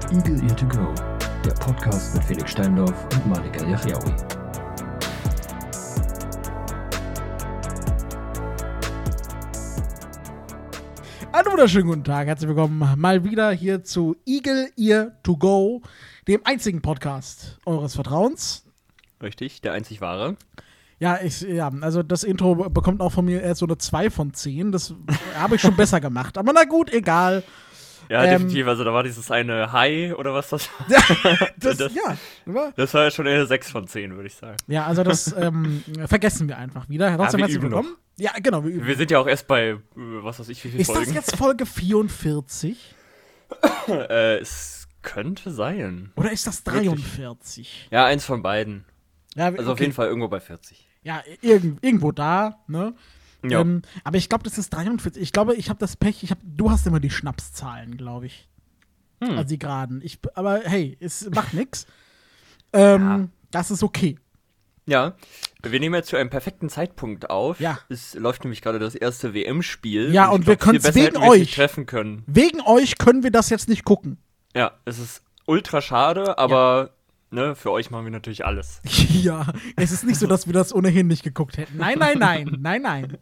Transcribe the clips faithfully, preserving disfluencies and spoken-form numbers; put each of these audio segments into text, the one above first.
Eagle Ear to Go, der Podcast mit Felix Steindorf und Malika Yachiaoui. Einen wunderschönen guten Tag, herzlich willkommen mal wieder hier zu Eagle Ear to Go, dem einzigen Podcast eures Vertrauens. Richtig, der einzig wahre. Ja, ich, ja, also das Intro bekommt auch von mir erst so eine zwei von zehn, das habe ich schon besser gemacht, aber na gut, egal. Ja, Ähm, definitiv, also da war dieses eine Hi oder was das war. das, das, ja, aber, das war ja schon eine sechs von zehn, würde ich sagen. ja, also das ähm, vergessen wir einfach wieder. Trotzdem wir herzlich üben willkommen. Ja, genau, wir üben. Wir sind ja auch erst bei, äh, was weiß ich, wie viele Ist Folgen. das jetzt Folge vierundvierzig? äh, es könnte sein. Oder ist das dreiundvierzig? Ja, eins von beiden. Ja, Also auf jeden Fall irgendwo bei vierzig. Ja, irgend, irgendwo da, ne? Ja. Ähm, aber ich glaube, das ist dreiundvierzig. Ich glaube, ich habe das Pech. Ich hab, du hast immer die Schnapszahlen, glaube ich. Hm. Also die geraden. Ich, aber hey, es macht nix. Ähm, Ja. Das ist okay. Ja, wir nehmen jetzt zu einem perfekten Zeitpunkt auf. Ja. Es läuft nämlich gerade das erste W M-Spiel. Ja, ich und wir glaub, viel können's besser wegen hätten wir es nicht euch. treffen können. Wegen euch können wir das jetzt nicht gucken. Ja, es ist ultra schade, aber ne, für euch machen wir natürlich alles. Ja, es ist nicht so, dass wir das ohnehin nicht geguckt hätten. Nein, nein, nein, nein, nein.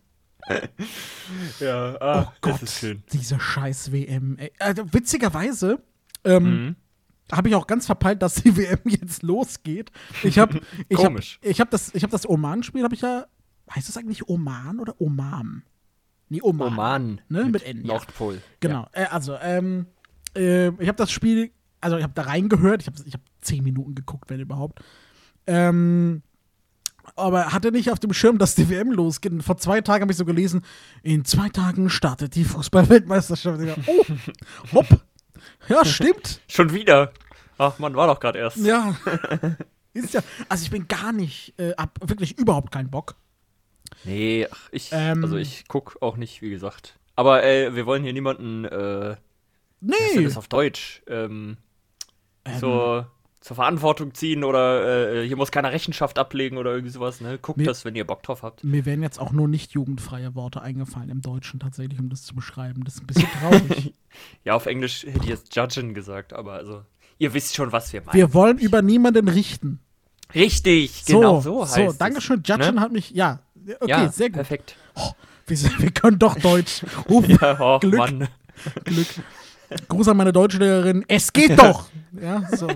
Ja, ah, Oh Gott, das ist schön. diese scheiß W M. Ey. Also, witzigerweise ähm, Mhm. habe ich auch ganz verpeilt, dass die W M jetzt losgeht. Ich habe ich hab, Komisch. ich hab das, ich hab das Oman-Spiel, habe ich ja, heißt das eigentlich Oman oder Oman? Nee, Oman. Oman. Ne, mit N, ja. Nordpol. Genau, äh, also, ähm, äh, ich habe das Spiel, also ich habe da reingehört, ich habe ich hab zehn Minuten geguckt, wenn überhaupt. Ähm, aber hatte nicht auf dem Schirm, dass die W M losgeht. Und vor zwei Tagen habe ich so gelesen, in zwei Tagen startet die Fußball-Weltmeisterschaft. Ich dachte, oh, hopp. Ja, stimmt. Schon wieder. Ach man, war doch gerade erst. Ja. Ist ja. Also ich bin gar nicht, äh, hab wirklich überhaupt keinen Bock. Nee, ach, ich, Ähm. also ich guck auch nicht, wie gesagt. Aber äh, wir wollen hier niemanden, äh, wie heißt denn Nee. das auf Deutsch, ähm, Ähm. zur, zur Verantwortung ziehen oder äh, hier muss keiner Rechenschaft ablegen oder irgendwie sowas, ne? Guckt Mir- das, wenn ihr Bock drauf habt. Mir wären jetzt auch nur nicht jugendfreie Worte eingefallen im Deutschen tatsächlich, um das zu beschreiben. Das ist ein bisschen traurig. Ja, auf Englisch hätte ich jetzt Judgen gesagt, aber also, ihr wisst schon, was wir meinen. Wir wollen über niemanden richten. Richtig, So, genau so heißt so, es. Dankeschön. Judgen Ne? hat mich, ja, okay, Ja, sehr gut. perfekt. Wir, wir können doch Deutsch. Oh, Ja, oh, Glück. Mann. Glück. Gruß an meine Deutschlehrerin. Es geht doch. Ja, so.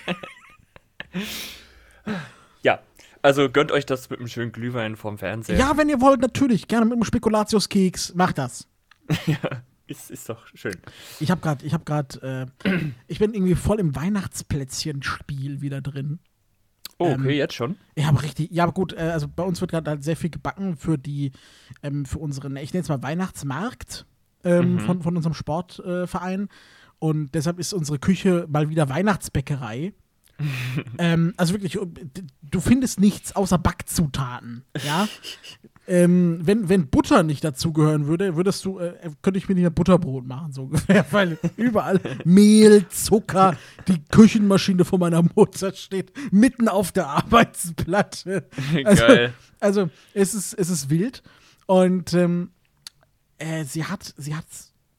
Ja, also gönnt euch das mit einem schönen Glühwein vorm Fernseher. Ja, wenn ihr wollt, natürlich. Gerne mit einem Spekulatiuskeks. Macht das. Ja, ist, ist doch schön. Ich habe gerade, ich habe gerade, äh, ich bin irgendwie voll im Weihnachtsplätzchen-Spiel wieder drin. Oh, okay, Ähm, jetzt schon? Ich habe richtig, ja, aber gut, äh, also bei uns wird gerade halt sehr viel gebacken für die, ähm, für unseren, ich nenne es mal Weihnachtsmarkt ähm, Mhm. von, von unserem Sportverein. Äh, Verein. Und deshalb ist unsere Küche mal wieder Weihnachtsbäckerei. ähm, also wirklich, du findest nichts außer Backzutaten, ja. ähm, wenn, wenn Butter nicht dazugehören würde, würdest du, äh, könnte ich mir nicht ein Butterbrot machen, so ungefähr, weil überall Mehl, Zucker, die Küchenmaschine von meiner Mutter steht mitten auf der Arbeitsplatte. Also, Geil. also es ist, es ist wild. Und ähm, äh, sie hat, sie hat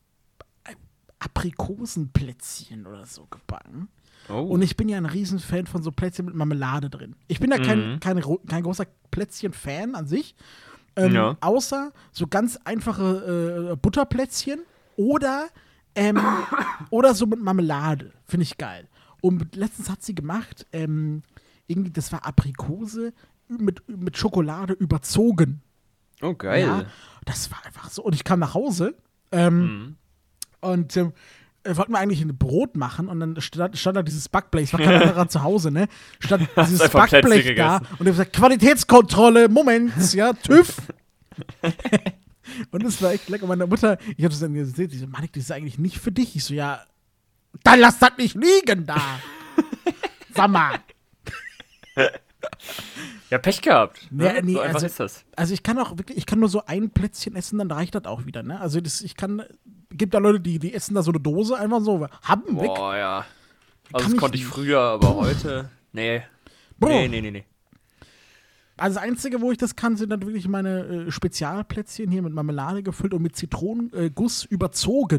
Aprikosenplätzchen oder so gebacken. Oh. Und ich bin ja ein Riesenfan von so Plätzchen mit Marmelade drin. Ich bin ja kein, Mhm. kein, ro- kein großer Plätzchen-Fan an sich. Ähm, Ja. Außer so ganz einfache äh, Butterplätzchen oder, ähm, oder so mit Marmelade. Finde ich geil. Und letztens hat sie gemacht, ähm, irgendwie, das war Aprikose mit, mit Schokolade überzogen. Oh, geil. Ja, das war einfach so. Und ich kam nach Hause ähm, Mhm. und ähm, äh, wollten wir eigentlich ein Brot machen und dann stand, stand da dieses Backblech, es war kein anderer zu Hause, ne? Stand dieses einfach Plätzchen Backblech da gegessen. und ich hab gesagt, Qualitätskontrolle, Moment, ja, TÜV. Und es war echt lecker. Meine Mutter, ich hab das dann gesehen, die so, Manik, das ist eigentlich nicht für dich. Ich so, ja, dann lass das nicht liegen da. Sag mal. Ja, Pech gehabt. Nee, Ne? nee, so einfach also- ist das. Also ich kann auch wirklich, ich kann nur so ein Plätzchen essen, dann reicht das auch wieder, ne? Also das, ich kann, gibt da Leute, die, die essen da so eine Dose einfach so, haben weg. Boah, ja. Also Kann das ich konnte ich nicht. früher, aber heute, nee. Boah. Nee, nee, nee, nee. Also das Einzige, wo ich das kann, sind dann wirklich meine äh, Spezialplätzchen hier mit Marmelade gefüllt und mit Zitronenguss äh, Guss überzogen.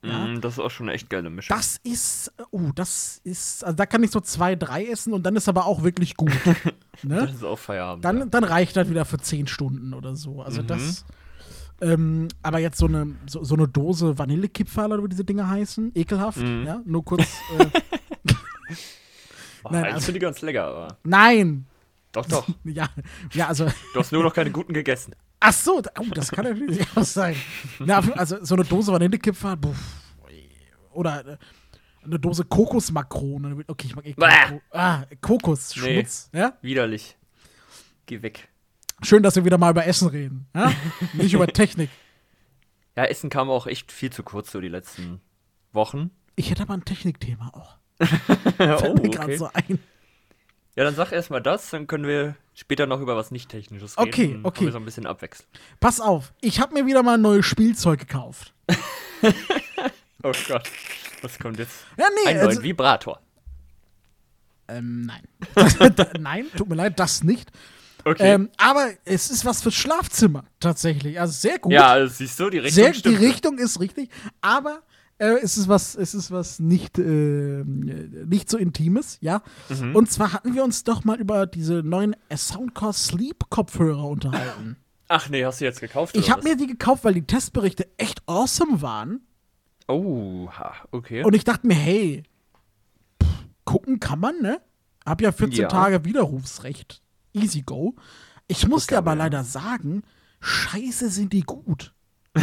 Ja. Mm, das ist auch schon eine echt geile Mischung. Das ist, uh, das ist, also da kann ich so zwei, drei essen und dann ist aber auch wirklich gut. Ne? Das ist auch Feierabend. Dann, ja. dann reicht das wieder für zehn Stunden oder so. Also Mhm. das, ähm, aber jetzt so eine, so, so eine Dose Vanillekipferl oder wie diese Dinge heißen, ekelhaft, Mhm. ja, nur kurz, äh, Oh, Nein, eigentlich also- sind die ganz lecker, aber. nein, Doch, doch. ja, ja, also, Du hast nur noch keine guten gegessen. ach so, da- oh, das kann natürlich auch sein. Ja, also so eine Dose Vanillekipferl, puh, oder äh, eine Dose Kokosmakronen, okay, ich mag eh Bäh. Ko- ah, Kokosschmutz, ja. Widerlich. Geh weg. Schön, dass wir wieder mal über Essen reden, ja? Nicht über Technik. Ja, Essen kam auch echt viel zu kurz so die letzten Wochen. Ich hätte aber ein Technikthema auch. oh, Fällt mir gerade okay. so ein. Ja, dann sag erstmal das, dann können wir später noch über was Nicht-Technisches reden. Okay, Dann okay. haben wir so ein bisschen abwechseln. Pass auf, ich habe mir wieder mal ein neues Spielzeug gekauft. Oh Gott, was kommt jetzt? Ja, nee, Ein also, neuen Vibrator. ähm, nein. Nein, tut mir leid, das nicht. Okay. Ähm, aber es ist was fürs Schlafzimmer, tatsächlich. Also sehr gut. ja, also siehst du, die Richtung sehr, die stimmt. Richtung ist richtig, aber äh, es ist was, es ist was nicht, äh, nicht so Intimes, ja. Mhm. Und zwar hatten wir uns doch mal über diese neuen Soundcore Sleep Kopfhörer unterhalten. Ach nee, hast du jetzt gekauft? Ich oder habe was? mir die gekauft, weil die Testberichte echt awesome waren. Oh, ha, okay. Und ich dachte mir, hey, pff, gucken kann man, ne? Hab ja vierzehn Ja. Tage Widerrufsrecht. Easy go. Ich muss dir Guck aber aber, ja. leider sagen, scheiße sind die gut.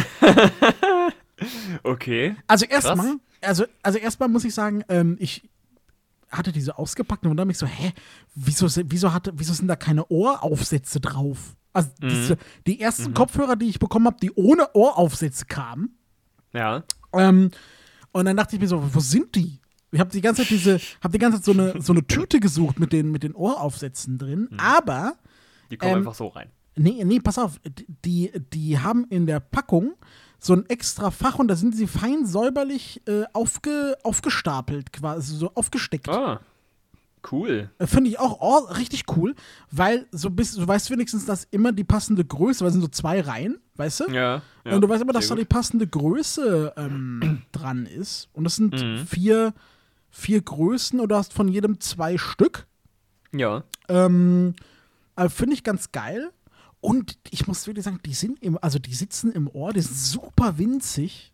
Okay. Also erstmal, also, also erstmal muss ich sagen, ähm, ich hatte diese ausgepackt und wundere mich so, hä, wieso, sind- wieso, hatte, wieso sind da keine Ohraufsätze drauf? Also Mhm. diese, die ersten Kopfhörer, die ich bekommen habe, die ohne Ohraufsätze kamen. Ja. Ähm, und dann dachte ich mir so, wo sind die? Ich habe die ganze Zeit diese, habe die ganze Zeit so eine, so eine Tüte gesucht mit den, mit den Ohraufsätzen drin. Aber, Die kommen Ähm, einfach so rein. nee, nee, pass auf, die, die haben in der Packung so ein extra Fach und da sind sie fein säuberlich äh, aufge, aufgestapelt, quasi so aufgesteckt. Ah, cool. Äh, Finde ich auch oh, richtig cool, weil so bist, du weißt wenigstens, dass immer die passende Größe, weil es sind so zwei Reihen, weißt du? Ja. ja Und du weißt immer, dass da sehr die passende Größe ähm, dran ist. Und das sind Mhm. vier, vier Größen und du hast von jedem zwei Stück. gut. Ja. Ähm, äh, Finde ich ganz geil. Und ich muss wirklich sagen, die sind im, also die sitzen im Ohr, die sind super winzig.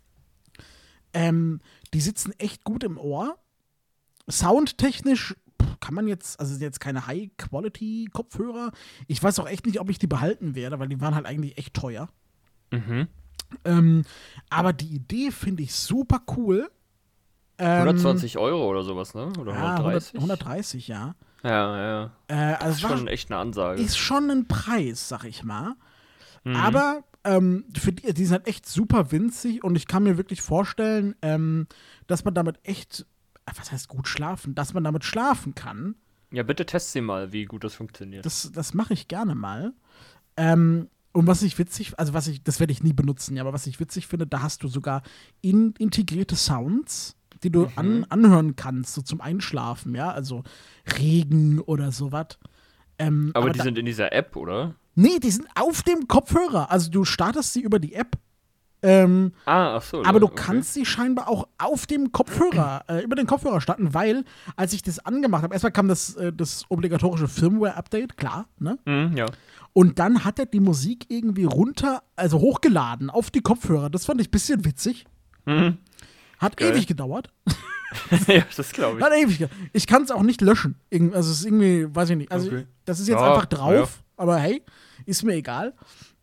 Ähm, die sitzen echt gut im Ohr. Soundtechnisch pff, kann man jetzt, also sind jetzt keine High-Quality-Kopfhörer. Ich weiß auch echt nicht, ob ich die behalten werde, weil die waren halt eigentlich echt teuer. Mhm. Ähm, aber die Idee finde ich super cool. Ähm, hundertzwanzig Euro oder sowas, ne? Oder ja, hundertdreißig? hundert, hundertdreißig, ja. Ja, ja. Äh, also Das ist es war, schon echt eine Ansage. ist schon ein Preis, sag ich mal. Mhm. Aber ähm, für die, die sind halt echt super winzig und ich kann mir wirklich vorstellen, ähm, dass man damit echt, äh, was heißt gut schlafen, dass man damit schlafen kann. Ja, bitte test sie mal, wie gut das funktioniert. Das, das mache ich gerne mal. Ähm, und was ich witzig, also was ich, das werde ich nie benutzen, ja, aber was ich witzig finde, da hast du sogar in, integrierte Sounds, die du Mhm. an, anhören kannst, so zum Einschlafen, ja, also Regen oder sowas. Ähm, aber, die da, sind in dieser App, oder? nee, die sind auf dem Kopfhörer. Also du startest sie über die App. Ähm, Ah, ach so. aber du okay. kannst sie scheinbar auch auf dem Kopfhörer, äh, über den Kopfhörer starten, weil, als ich das angemacht habe, erstmal kam das, äh, das obligatorische Firmware-Update, klar, ne? Mhm, ja. Und dann hat er die Musik irgendwie runter, also hochgeladen auf die Kopfhörer. Das fand ich ein bisschen witzig. Mhm. Hat Geil. ewig gedauert. ja, das glaube ich. Hat ewig gedauert. Ich kann es auch nicht löschen. Irgend, also es ist irgendwie, weiß ich nicht. Also Okay. das ist jetzt Ja, einfach drauf, aber hey, ist mir egal.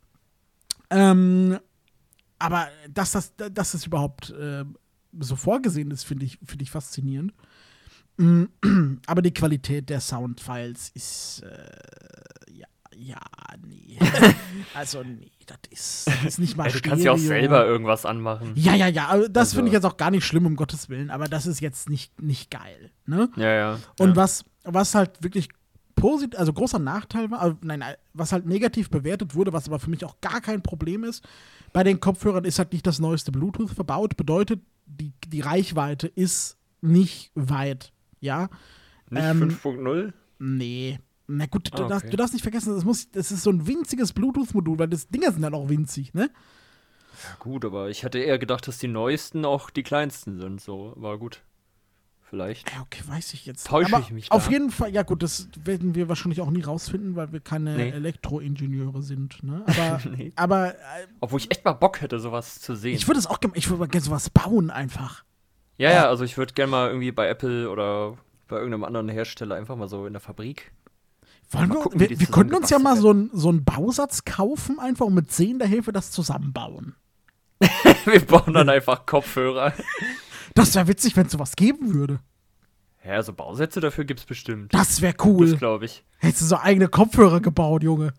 Ähm, aber dass das, dass das überhaupt äh, so vorgesehen ist, finde ich, finde ich faszinierend. Mm, aber die Qualität der Soundfiles ist äh, ja, ja, nee. also nee, das ist, das ist nicht mal Ja, du Stereo. kannst ja auch selber irgendwas anmachen. Ja, ja, ja, also das Also- finde ich jetzt auch gar nicht schlimm, um Gottes Willen, aber das ist jetzt nicht, nicht geil, ne? Ja, ja. Und ja. was, was halt wirklich positiv, also großer Nachteil war, also nein, was halt negativ bewertet wurde, was aber für mich auch gar kein Problem ist, bei den Kopfhörern ist halt nicht das neueste Bluetooth verbaut, bedeutet, die, die Reichweite ist nicht weit, ja? Nicht ähm, fünf Punkt null? Nee. Na gut, du, Ah, darfst, okay. du darfst nicht vergessen, das, muss, das ist so ein winziges Bluetooth-Modul, weil das Dinger sind dann auch winzig, ne? Ja, gut, aber ich hätte eher gedacht, dass die neuesten auch die kleinsten sind, so. Aber gut. Vielleicht. Ja, okay, weiß ich jetzt. Täusche aber ich mich auf da? jeden Fall, ja gut, das werden wir wahrscheinlich auch nie rausfinden, weil wir keine Nee. Elektroingenieure sind. Ne? Aber, Nee. aber äh, Obwohl ich echt mal Bock hätte, sowas zu sehen. ich würde es auch gerne, ich würde mal gerne sowas bauen einfach. ja, ja, also ich würde gerne mal irgendwie bei Apple oder bei irgendeinem anderen Hersteller einfach mal so in der Fabrik. Wollen Mal wir, gucken, wie wir, die wir könnten uns ja mal zusammengebastelt so, ein, so einen Bausatz kaufen, einfach und mit sehender Hilfe das zusammenbauen. Wir bauen dann einfach Kopfhörer. Das wäre witzig, wenn es sowas geben würde. Ja, so Bausätze dafür gibt's bestimmt. Das wäre cool. Das glaube ich. Hättest du so eigene Kopfhörer gebaut, Junge.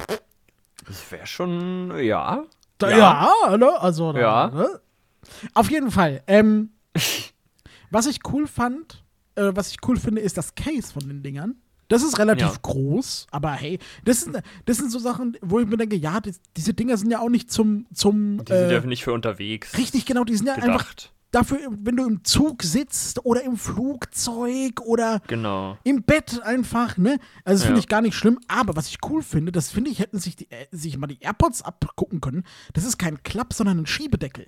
Das wäre schon, ja. Da, ja. ne? Also, da, Ja. Ne? Auf jeden Fall. Ähm, was ich cool fand, äh, was ich cool finde, ist das Case von den Dingern. Das ist relativ Ja. groß, aber hey, das sind, das sind so Sachen, wo ich mir denke, ja, die, diese Dinger sind ja auch nicht zum, zum Die sind äh, ja nicht für unterwegs richtig genau, die sind ja einfach gedacht. dafür, wenn du im Zug sitzt oder im Flugzeug oder Genau. im Bett einfach, ne? Also das finde Ja. ich gar nicht schlimm, aber was ich cool finde, das finde ich, hätten sich, die, äh, sich mal die AirPods abgucken können. Das ist kein Klapp, sondern ein Schiebedeckel.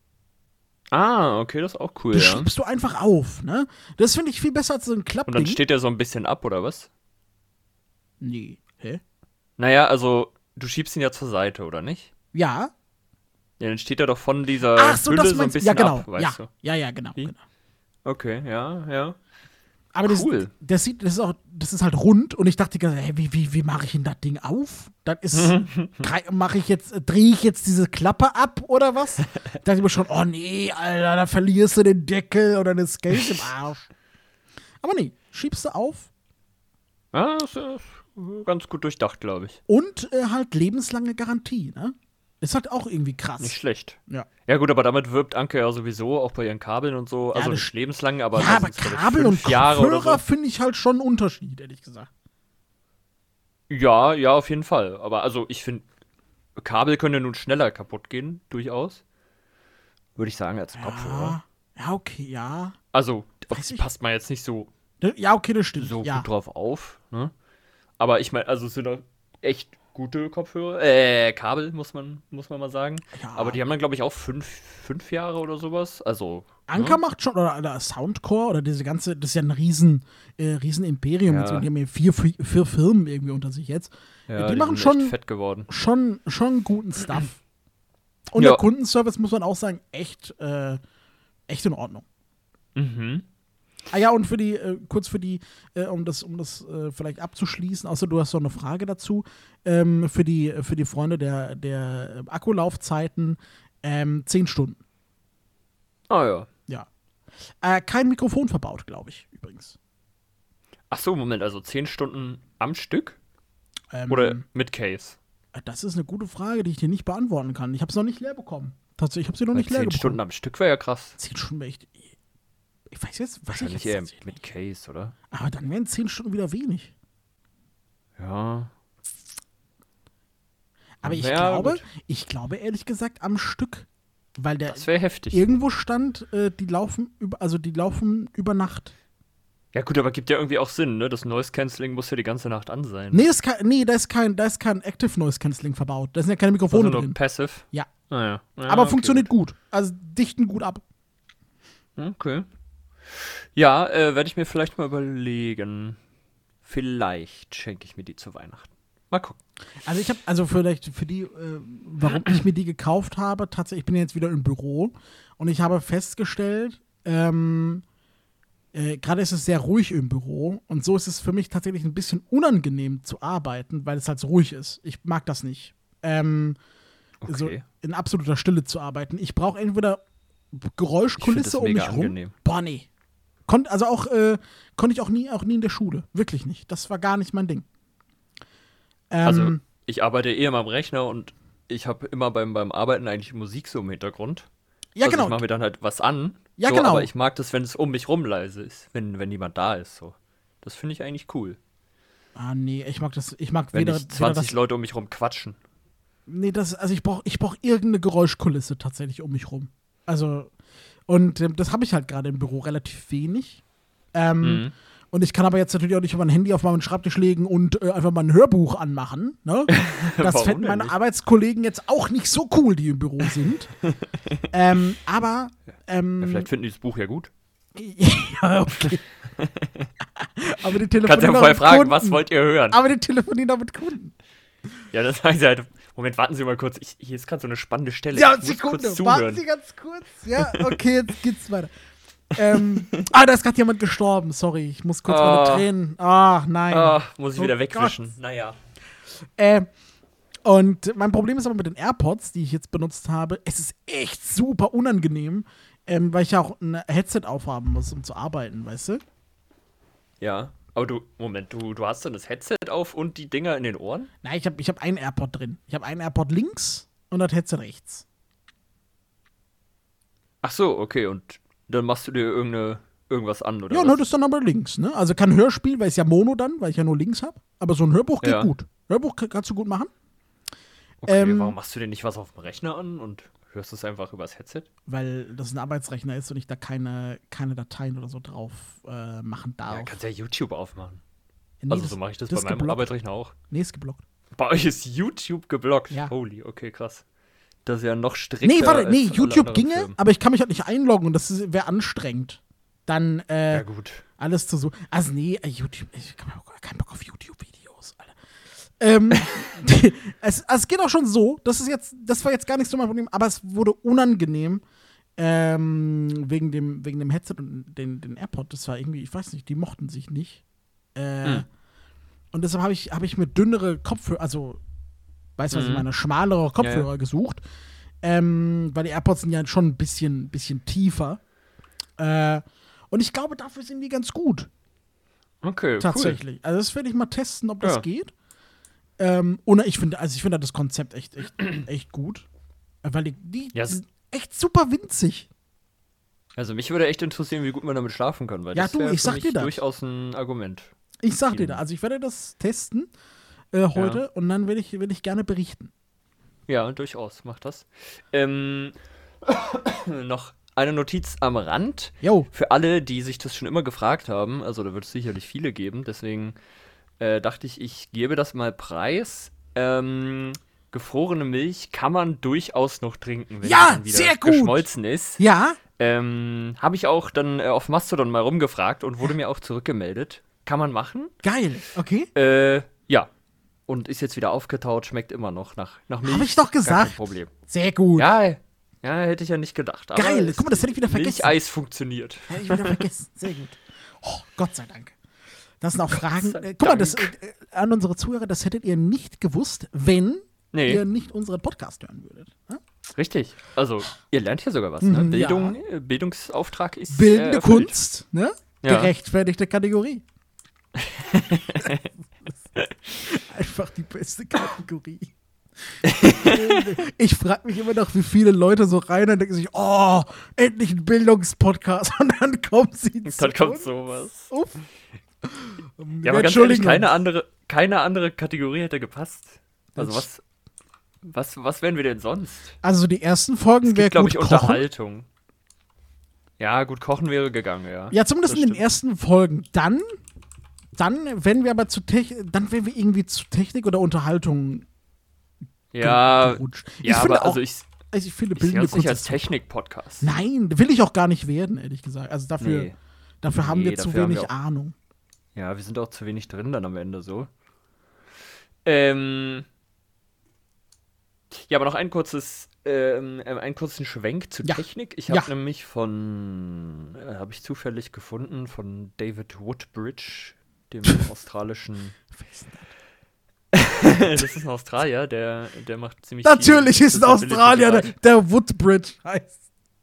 Ah, okay, das ist auch cool, Die ja. schiebst du einfach auf, ne? Das finde ich viel besser als so ein Und Klappding. dann steht der so ein bisschen ab, oder was? Nee. Hä? Naja, also, du schiebst ihn ja zur Seite, oder nicht? Ja. Ja, dann steht er doch von dieser Ach so, Hülle das so ein meinst du. bisschen Ja, genau. ab, weißt ja. du? ja, ja, genau. Wie? genau. Okay, ja, ja. Aber das, Cool. das sieht, das ist auch, das ist halt rund und ich dachte, die ganze Zeit, hey, wie, wie, wie mache ich denn das Ding auf? Das ist, mache ich jetzt, drehe ich jetzt diese Klappe ab oder was? Da dachte ich mir schon, oh nee, Alter, da verlierst du den Deckel oder eine Scale im Arsch. Aber nee, schiebst du auf Ja, das ist ganz gut durchdacht, glaube ich. und äh, halt lebenslange Garantie, ne? Ist halt auch irgendwie krass. Nicht schlecht. Ja. Ja gut, aber damit wirbt Anke ja sowieso, auch bei ihren Kabeln und so. Also das- nicht lebenslang, aber, Ja, da aber sind's, glaub ich, Kabel fünf und Jahre oder Kopfhörer so. finde ich halt schon einen Unterschied, ehrlich gesagt. Ja, ja, auf jeden Fall. Aber also ich finde, Kabel können ja nun schneller kaputt gehen, durchaus. Würde ich sagen, als Kopfhörer. Ja, ja, okay, ja. Also, auf Weiß die ich. passt man jetzt nicht so, Ja, okay, das stimmt. so ja. gut drauf auf, ne? Aber ich meine, also es sind doch echt gute Kopfhörer, äh, Kabel, muss man, muss man mal sagen. Ja. Aber die haben dann, glaube ich, auch fünf, fünf Jahre oder sowas. Also, Anker ne? macht schon, oder, oder Soundcore, oder diese ganze, das ist ja ein riesen, äh, riesen Imperium. Ja. Jetzt, die haben ja vier, vier, vier Firmen irgendwie unter sich jetzt. Ja, die machen sind schon- echt fett geworden. Schon, schon guten Stuff. Und Ja. der Kundenservice, muss man auch sagen, echt, äh, echt in Ordnung. Mhm. Ah ja, und für die, äh, kurz für die, äh, um das, um das äh, vielleicht abzuschließen, außer du hast noch eine Frage dazu, ähm, für die, für die Freunde der, der Akkulaufzeiten, ähm, zehn Stunden. Ah ja. Ja. Äh, kein Mikrofon verbaut, glaube ich, übrigens. Ach so, Moment, also zehn Stunden am Stück? Ähm, Oder mit Case? Das ist eine gute Frage, die ich dir nicht beantworten kann. Ich habe es noch nicht leer bekommen. Tatsächlich, ich habe sie noch Weil nicht leer zehn bekommen. Stunden am Stück wäre ja krass. Zehn Stunden wäre echt. Ich weiß jetzt, weiß ich Wahrscheinlich jetzt eher tatsächlich mit nicht. Case, oder? Aber dann wären zehn Stunden wieder wenig. Ja. Aber ich Ja, glaube, gut. ich glaube ehrlich gesagt am Stück, weil der Das wäre heftig. irgendwo stand, äh, die laufen über, also die laufen über Nacht. Ja gut, aber gibt ja irgendwie auch Sinn, ne? Das Noise Cancelling muss ja die ganze Nacht an sein. Nee, das ist kein, nee, da ist kein, da ist kein Active Noise Cancelling verbaut. Da sind ja keine also Mikrofone nur drin. Passive. Ja. Ah, ja. ja Aber okay, funktioniert gut. Also dichten gut ab. gut. Okay. Ja, äh, werde ich mir vielleicht mal überlegen. Vielleicht schenke ich mir die zu Weihnachten. Mal gucken. Also ich habe, also vielleicht für die, äh, warum ich mir die gekauft habe, tatsächlich, ich bin jetzt wieder im Büro und ich habe festgestellt, ähm, äh, gerade ist es sehr ruhig im Büro und so ist es für mich tatsächlich ein bisschen unangenehm zu arbeiten, weil es halt so ruhig ist. Ich mag das nicht. Ähm, Okay. so in absoluter Stille zu arbeiten. Ich brauche entweder Ich find Geräuschkulisse das um mega mich rum. angenehm. Boah, nee. Konnt, also auch, äh, konnte ich auch nie, auch nie in der Schule. Wirklich nicht. Das war gar nicht mein Ding. Ähm, Also, ich arbeite eh immer am Rechner und ich habe immer beim, beim Arbeiten eigentlich Musik so im Hintergrund. ja, also genau. ich mache mir dann halt was an. Ja, so, genau. Aber ich mag das, wenn es um mich rum leise ist, wenn, wenn jemand da ist. So. Das finde ich eigentlich cool. Ah, nee, ich mag das, ich mag Wenn weder, nicht weder zwanzig das, Leute um mich rum quatschen. nee, das, also ich brauche ich brauch irgendeine Geräuschkulisse tatsächlich um mich rum. Also, und ähm, das habe ich halt gerade im Büro relativ wenig. Ähm, Mhm. Und ich kann aber jetzt natürlich auch nicht mein Handy auf meinen Schreibtisch legen und äh, einfach mal ein Hörbuch anmachen. Ne? Das Warum fänden denn meine nicht? Arbeitskollegen jetzt auch nicht so cool, die im Büro sind. ähm, aber ähm, Ja, vielleicht finden die das Buch ja gut. ja, okay. aber die Kannst telefonieren ja auch vorher mit fragen, Kunden. was wollt ihr hören? Aber die telefonieren auch mit Kunden. Ja, das sagen sie halt. Moment, warten Sie mal kurz. Ich, hier ist gerade so eine spannende Stelle. Ja, ich muss Sekunde, kurz warten zuhören. Sie ganz kurz. Ja, okay, jetzt geht's weiter. ähm, ah, da ist gerade jemand gestorben. Sorry, ich muss kurz Ah. meine Tränen. Ach, nein. Ah, muss ich Oh wieder Gott. wegwischen. Naja. Äh, und mein Problem ist aber mit den AirPods, die ich jetzt benutzt habe, es ist echt super unangenehm, ähm, weil ich ja auch ein Headset aufhaben muss, um zu arbeiten, weißt du? Ja. Aber du, Moment, du, du hast dann das Headset auf und die Dinger in den Ohren? Nein, ich habe ich hab einen AirPod drin. Ich habe einen AirPod links und das Headset rechts. Ach so, okay. Und dann machst du dir irgendeine, irgendwas an, oder Ja, was? ne, das ist dann aber links, ne? Also kein Hörspiel, weil es ja Mono dann, weil ich ja nur links habe. Aber so ein Hörbuch geht Ja. gut. Hörbuch k- kannst du gut machen, Okay, ähm, warum machst du denn nicht was auf dem Rechner an und hörst es einfach übers Headset? weil das ein Arbeitsrechner ist und ich da keine, keine Dateien oder so drauf äh, machen darf. Ja, kannst ja YouTube aufmachen. Nee, also das- so mache ich das, das bei meinem geblockt. Arbeitsrechner auch. Nee, ist geblockt. Bei euch ist YouTube geblockt. Ja. Holy, okay, krass. Das ist ja noch strikter. Nee, warte, als nee, alle YouTube anderen ginge, Firmen. aber ich kann mich halt nicht einloggen und das wäre anstrengend. Dann äh, Ja, gut. alles zu so. Also nee, äh, YouTube, ich habe keinen Bock auf YouTube-Videos, Alter. Ähm, die, es, also es geht auch schon so, das ist jetzt, das war jetzt gar nicht so mein Problem, aber es wurde unangenehm ähm, wegen dem, wegen dem Headset und den, den AirPod. Das war irgendwie, ich weiß nicht, die mochten sich nicht. Äh, Hm. Und deshalb habe ich, hab ich mir dünnere Kopfhörer, also, weißt du, was ich Mhm. meine, schmalere Kopfhörer Ja, ja. gesucht. Ähm, weil die AirPods sind ja schon ein bisschen, bisschen tiefer. Äh, und ich glaube, dafür sind die ganz gut. Okay, Tatsächlich. Also, das werde ich mal testen, ob das Ja. geht. Ähm, und ich finde, also ich finde das Konzept echt, echt, echt gut. Äh, Weil die, die Ja, es- sind echt super winzig. cool. Also mich würde echt interessieren, wie gut man damit schlafen kann, weil Ja, das du, wäre ich für sag mich dir das. durchaus ein Argument. Ich sag dir Vielen- das. Also ich werde das testen äh, heute Ja. und dann werde ich, werd ich gerne berichten. Ja, durchaus, mach das. Ähm, noch eine Notiz am Rand. Jo, Für alle, die sich das schon immer gefragt haben, also da wird es sicherlich viele geben, deswegen äh, dachte ich, ich gebe das mal preis. Ähm, gefrorene Milch kann man durchaus noch trinken, wenn Ja, sie dann wieder sehr gut. geschmolzen ist. ja, Ähm, habe ich auch dann äh, auf Mastodon mal rumgefragt und wurde mir auch zurückgemeldet. Kann man machen. geil. Okay. Äh, ja. Und ist jetzt wieder aufgetaut, schmeckt immer noch nach, nach Milch. Hab ich doch Gar gesagt. kein Problem. Sehr gut. Ja, ja, hätte ich ja nicht gedacht. aber Geil. es- Guck mal, das hätte ich wieder vergessen. Milcheis funktioniert. Hätte ich wieder vergessen. Sehr gut. Oh, Gott sei Dank. Das sind auch Fragen. sei Äh, guck mal, das, Dank. äh, an unsere Zuhörer, das hättet ihr nicht gewusst, wenn Nee. ihr nicht unseren Podcast hören würdet. Ja? Richtig. Also, ihr lernt hier sogar was, ne? Mhm, Bildung, äh, Bildungsauftrag ist. Bildende äh, erfüllt. Kunst, ne? Ja. Gerechtfertigte Kategorie. Einfach die beste Kategorie. Ich frage mich immer noch, wie viele Leute so rein und denken sich, oh, endlich ein Bildungspodcast. Und dann kommt sie zu Dann kommt uns. sowas. Uff. Ja, aber ganz ehrlich, keine andere, keine andere Kategorie hätte gepasst. Also, Das- was, was, was wären wir denn sonst? Also die ersten Folgen Es wäre gibt, glaube gut ich, kochen. Unterhaltung. Ja, gut, kochen wäre gegangen, ja. Ja, zumindest Das in den stimmt. ersten Folgen. Dann, dann, wenn wir aber zu Technik, dann wären wir irgendwie zu Technik oder Unterhaltung ge- Ja, gerutscht. ja ich finde aber auch, also ich, also ich finde ich sehe bildende uns nicht Kunst als ist super. Technik-Podcast. Nein, will ich auch gar nicht werden, ehrlich gesagt. Also dafür, Nee. dafür haben Nee, wir zu dafür haben wenig wir auch- Ahnung. Ja, wir sind auch zu wenig drin dann am Ende so. Ähm. Ja, aber noch ein kurzes, ähm, äh, einen kurzen Schwenk zu Ja. Technik. Ich habe Ja. nämlich von, äh, habe ich zufällig gefunden, von David Woodbridge, dem australischen. Das ist ein Australier, der, der macht ziemlich viel Natürlich ist ein Australier, der, Accessibility-Bereich. der Woodbridge heißt.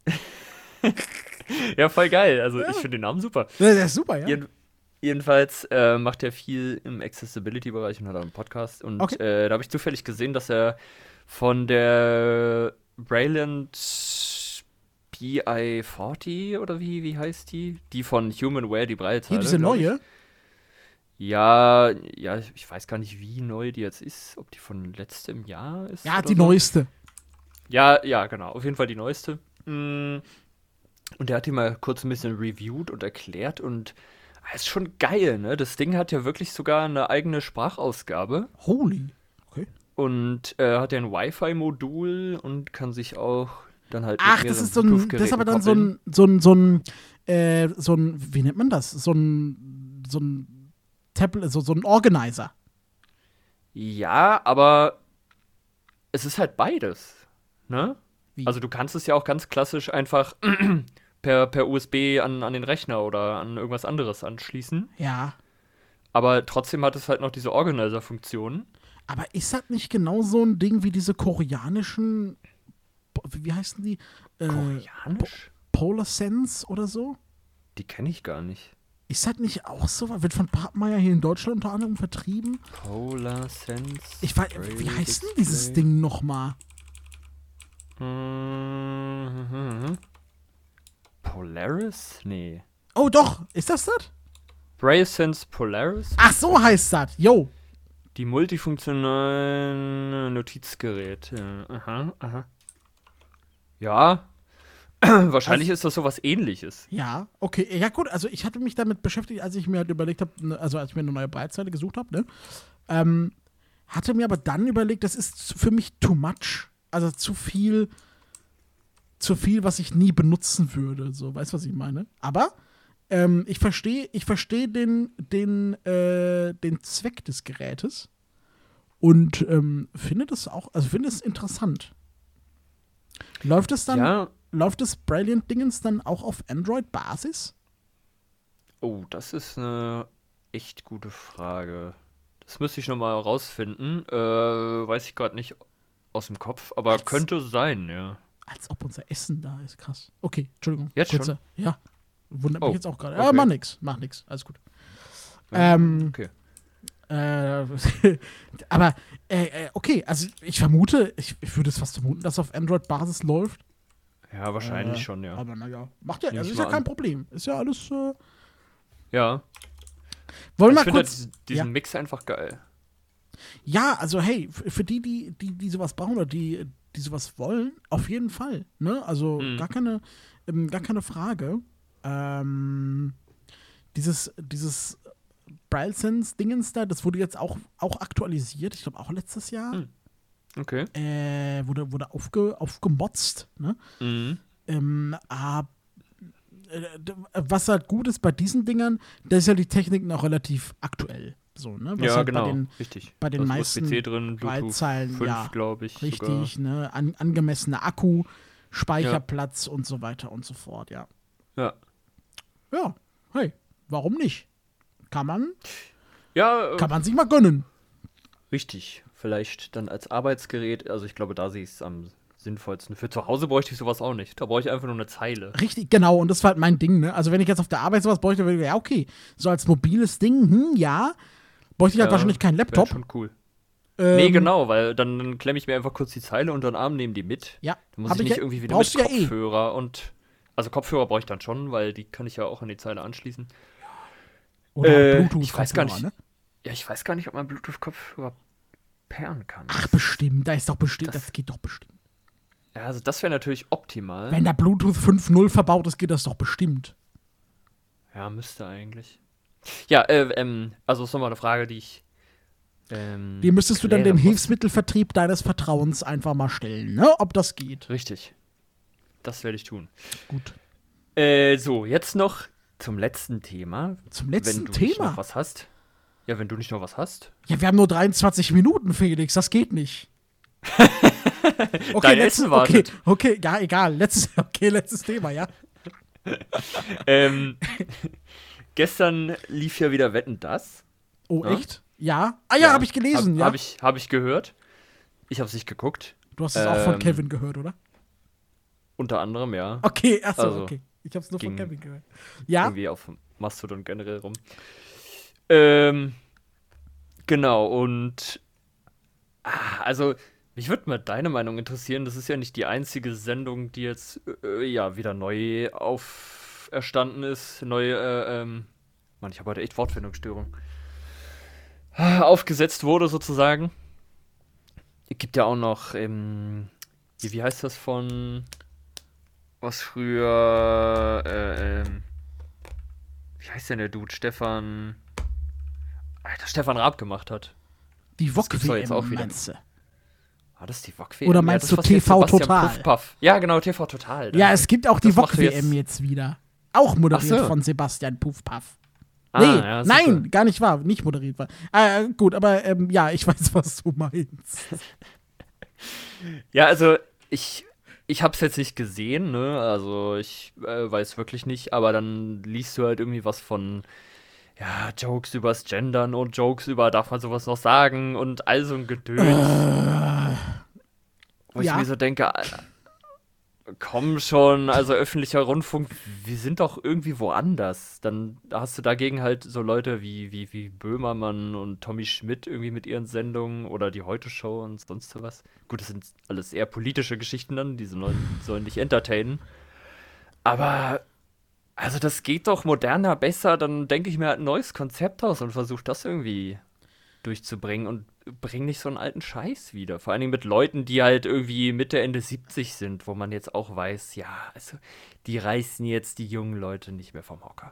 Ja, voll geil. Also ich finde den Namen super. Der, der ist super, ja. Jeden, jedenfalls äh, macht er viel im Accessibility-Bereich und hat auch einen Podcast. Und Okay. äh, da habe ich zufällig gesehen, dass er von der Brayland B I vierzig oder wie, wie heißt die? Die von Humanware, die Breite. Hier diese neue. Ja, ja, ich- ich weiß gar nicht, wie neu die jetzt ist. Ob die von letztem Jahr ist. Ja, oder die so. neueste. Ja, ja, genau. Auf jeden Fall die neueste. Mm. Und der hat die mal kurz ein bisschen reviewed und erklärt und Das ist schon geil, ne? Das Ding hat ja wirklich sogar eine eigene Sprachausgabe Holy. Okay. und äh, hat ja ein Wi-Fi-Modul und kann sich auch dann halt Ach, mit das mehreren ist so ein, das ist Bluetooth-Geräten aber dann so koppeln. ein, so ein, so ein, äh, so ein, wie nennt man das? So ein, so ein Tablet, so, so ein Organizer. Ja, aber es ist halt beides, ne? Wie? Also du kannst es ja auch ganz klassisch einfach per, per U S B an, an den Rechner oder an irgendwas anderes anschließen. Ja. Aber trotzdem hat es halt noch diese Organizer-Funktion. Aber ist das nicht genau so ein Ding wie diese koreanischen, wie heißen die? Äh, Koreanisch? Polar Sense oder so? Die kenne ich gar nicht. Ist das nicht auch so? Wird von Pappmeier hier in Deutschland unter anderem vertrieben? Polar Sense. Ich weiß, wie heißt denn dieses Ding nochmal? Mhm. Polaris? Nee. Oh, doch. Ist das das? BraveSense Polaris? Ach, so heißt das. Yo. Die multifunktionalen Notizgeräte. Aha, aha. Ja. Wahrscheinlich ist das sowas ähnliches. Ja, okay. Ja, gut. Also, ich hatte mich damit beschäftigt, als ich mir halt überlegt habe, ne, also als ich mir eine neue Breitseite gesucht habe, ne? Ähm, hatte mir aber dann überlegt, das ist für mich too much. Also, zu viel, zu viel, was ich nie benutzen würde. So, weißt du, was ich meine? Aber ähm, ich verstehe ich versteh den, den, äh, den Zweck des Gerätes und ähm, finde das auch, also finde es interessant. Läuft es dann, Ja. läuft das Brilliant-Dingens dann auch auf Android-Basis? Oh, das ist eine echt gute Frage. Das müsste ich nochmal rausfinden. Äh, weiß ich gerade nicht aus dem Kopf, aber Als- könnte sein, ja. Als ob unser Essen da ist, krass. Okay, Entschuldigung. Jetzt schon? kurzer- Ja, wundert mich Oh, jetzt auch gerade. okay. Ja, mach nix, mach nix, alles gut. Ähm, Okay. Äh, aber, äh, äh, okay, also ich vermute, ich, ich würde es fast vermuten, dass auf Android-Basis läuft. Ja, wahrscheinlich Äh, schon, ja. Aber naja, macht ja, Nehm also ich ist ja mal kein an. Problem. Ist ja alles, äh, Ja. Wollen wir Ich mal finde kurz. diesen, diesen ja. Mix einfach geil. ja, also hey, f- für die, die, die, die sowas brauchen oder die, die sowas wollen, auf jeden Fall. Ne? Also Mhm. gar keine, ähm, gar keine Frage. Ähm, dieses, dieses BrailleSense-Dingens da, das wurde jetzt auch, auch aktualisiert, ich glaube auch letztes Jahr. Mhm. Okay. Äh, wurde, wurde aufge, aufgemotzt, ne? Mhm. Ähm, aber äh, d- was halt gut ist bei diesen Dingern, da ist ja die Technik noch relativ aktuell. So, ne? Was Ja, halt genau. bei den, Richtig. bei den Da ist meisten U S B C drin, Bluetooth Breitzeilen, fünf, ja, glaube ich. richtig, ne? An, angemessener Akku, Speicherplatz und so weiter und so fort, ja. Sogar. Ja. Ja, hey, warum nicht? Kann man, Ja, äh, kann man sich mal gönnen. richtig. Vielleicht dann als Arbeitsgerät. Also ich glaube, da sehe ich es am sinnvollsten. Für zu Hause bräuchte ich sowas auch nicht. Da brauche ich einfach nur eine Zeile. Richtig, genau, und das war halt mein Ding, ne? Also wenn ich jetzt auf der Arbeit sowas bräuchte, würde ich, ja, okay, so als mobiles Ding, hm, ja, bräuchte ich halt Ja, wahrscheinlich keinen wär Laptop. schon cool. Ähm, Nee, genau, weil dann, dann klemme ich mir einfach kurz die Zeile unter den Arm, nehme die mit. Ja, Dann muss hab ich ich nicht ja- irgendwie wieder brauchst mit du ja eh. Kopfhörer und. Also Kopfhörer brauche ich dann schon, weil die kann ich ja auch an die Zeile anschließen. Oder Äh, Bluetooth. ich weiß gar nicht. Ne? Ja, ich weiß gar nicht, ob man Bluetooth-Kopfhörer pairen kann. Ach, bestimmt, da ist doch bestimmt, das, Das- geht doch bestimmt. Ja, also das wäre natürlich optimal. Wenn da Bluetooth fünf Punkt null verbaut ist, geht das doch bestimmt. Ja, müsste eigentlich. Ja, äh, ähm, also ist nochmal eine Frage, die ich. Ähm, Die müsstest du dann klären dem muss. Hilfsmittelvertrieb deines Vertrauens einfach mal stellen, ne? Ob das geht. Richtig. Das werde ich tun. Gut. Äh, so, jetzt noch zum letzten Thema. Zum letzten wenn du nicht Thema. noch was hast. Ja, wenn du nicht noch was hast. Ja, wir haben nur dreiundzwanzig Minuten, Felix, das geht nicht. Okay, Dein letztes, Essen okay, wartet. okay, ja, egal. Letztes, okay, letztes Thema, ja. ähm, gestern lief ja wieder Wetten, das. Oh, Ja. echt? Ja. Ah ja, habe ich gelesen, hab, ja. Hab ich, hab ich gehört. Ich habe es nicht geguckt. Du hast es auch von ähm, Kevin gehört, oder? Unter anderem, ja. Okay, achso, also, okay. Ich habe es nur von ging Kevin gehört. Ja, Irgendwie auf Mastodon generell rum. Ähm, genau, und ah, also, mich würde mal deine Meinung interessieren. Das ist ja nicht die einzige Sendung, die jetzt äh, ja wieder neu auferstanden ist. Neu, äh, ähm, Mann, ich habe heute echt Wortfindungsstörung. Ah, Aufgesetzt wurde sozusagen. Es gibt ja auch noch, ähm, wie, wie heißt das von was früher, äh, ähm, wie heißt denn der Dude? Stefan. Alter, Stefan Raab gemacht hat. Die Das gibt's doch jetzt auch V O G-W M, wieder. meinst du? War das die V O G-W M? Oder meinst ja, du das, was jetzt T V Sebastian Total? Puffpuff- Ja, genau, T V Total. Ja, es gibt auch die Das macht V O G-W M jetzt- jetzt wieder. Auch moderiert Ach so. von Sebastian Puffpaff. Ah, Nee, ja, super. nein, gar nicht wahr. Nicht moderiert war. Äh, gut, aber ähm, ja, ich weiß, was du meinst. Ja, also ich, ich hab's jetzt nicht gesehen, ne? Also ich äh, weiß wirklich nicht, aber dann liest du halt irgendwie was von, ja, Jokes übers Gendern und Jokes über, darf man sowas noch sagen und all so ein Gedöns. Wo ich ja. mir so denke, Alter, komm schon, also öffentlicher Rundfunk, wir sind doch irgendwie woanders. Dann hast du dagegen halt so Leute wie, wie, wie Böhmermann und Tommy Schmidt irgendwie mit ihren Sendungen oder die Heute-Show und sonst was. Gut, das sind alles eher politische Geschichten dann, die sollen, sollen dich entertainen. Aber, also das geht doch moderner, besser, dann denke ich mir halt ein neues Konzept aus und versuche das irgendwie durchzubringen und bring nicht so einen alten Scheiß wieder. Vor allen Dingen mit Leuten, die halt irgendwie Mitte, Ende siebzig sind, wo man jetzt auch weiß, ja, also die reißen jetzt die jungen Leute nicht mehr vom Hocker.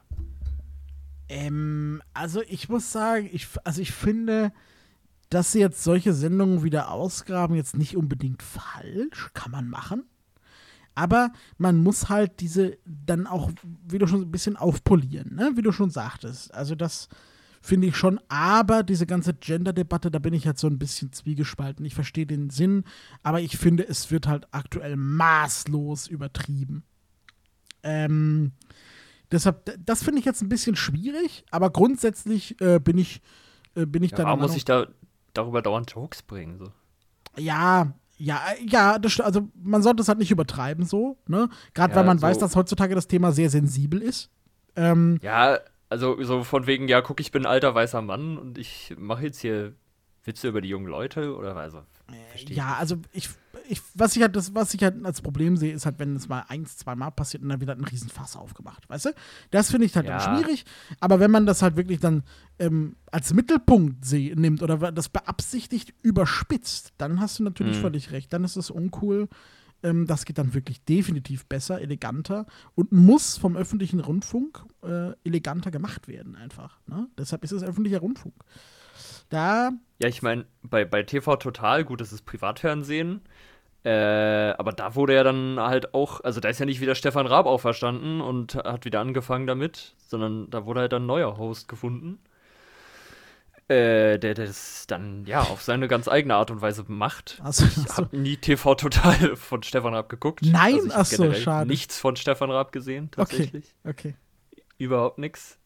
Ähm, also ich muss sagen, ich, also ich finde, dass sie jetzt solche Sendungen wieder ausgraben, jetzt nicht unbedingt falsch, kann man machen. Aber man muss halt diese dann auch, wie du schon ein bisschen aufpolieren, ne? Wie du schon sagtest. Also das finde ich schon, aber diese ganze Gender-Debatte, da bin ich halt so ein bisschen zwiegespalten. Ich verstehe den Sinn, aber ich finde, es wird halt aktuell maßlos übertrieben. Ähm, deshalb, d- das finde ich jetzt ein bisschen schwierig, aber grundsätzlich äh, bin ich, äh, bin ich Ja, dann warum muss ich da darüber dauernd Jokes bringen? So? Ja, ja, äh, ja, das, st- also man sollte es halt nicht übertreiben so, ne? Gerade Ja, weil man so- weiß, dass heutzutage das Thema sehr sensibel ist. Ähm, Ja, also so von wegen, ja, guck, ich bin ein alter weißer Mann und ich mache jetzt hier Witze über die jungen Leute oder also, verstehe ja, also ich, ich, was ich halt, das, was ich halt als Problem sehe, ist halt, wenn es mal eins, zwei Mal passiert und dann wird halt ein Riesenfass aufgemacht, weißt du? Das finde ich halt Ja. dann schwierig, aber wenn man das halt wirklich dann ähm, als Mittelpunkt seh, nimmt oder das beabsichtigt überspitzt, dann hast du natürlich Mhm. völlig recht, dann ist es uncool. Ähm, das geht dann wirklich definitiv besser, eleganter und muss vom öffentlichen Rundfunk äh, eleganter gemacht werden einfach. Ne? Deshalb ist es öffentlicher Rundfunk. Da Ja, ich meine, bei, bei T V Total, gut, das ist Privatfernsehen, äh, aber da wurde ja dann halt auch, also da ist ja nicht wieder Stefan Raab auferstanden und hat wieder angefangen damit, sondern da wurde halt dann ein neuer Host gefunden, äh, der das dann, ja, auf seine ganz eigene Art und Weise macht. Also, Ich also, habe nie T V Total von Stefan Raab geguckt. Nein? Also ich hab Ach so, generell schade. nichts von Stefan Raab gesehen, tatsächlich. okay. Überhaupt nichts.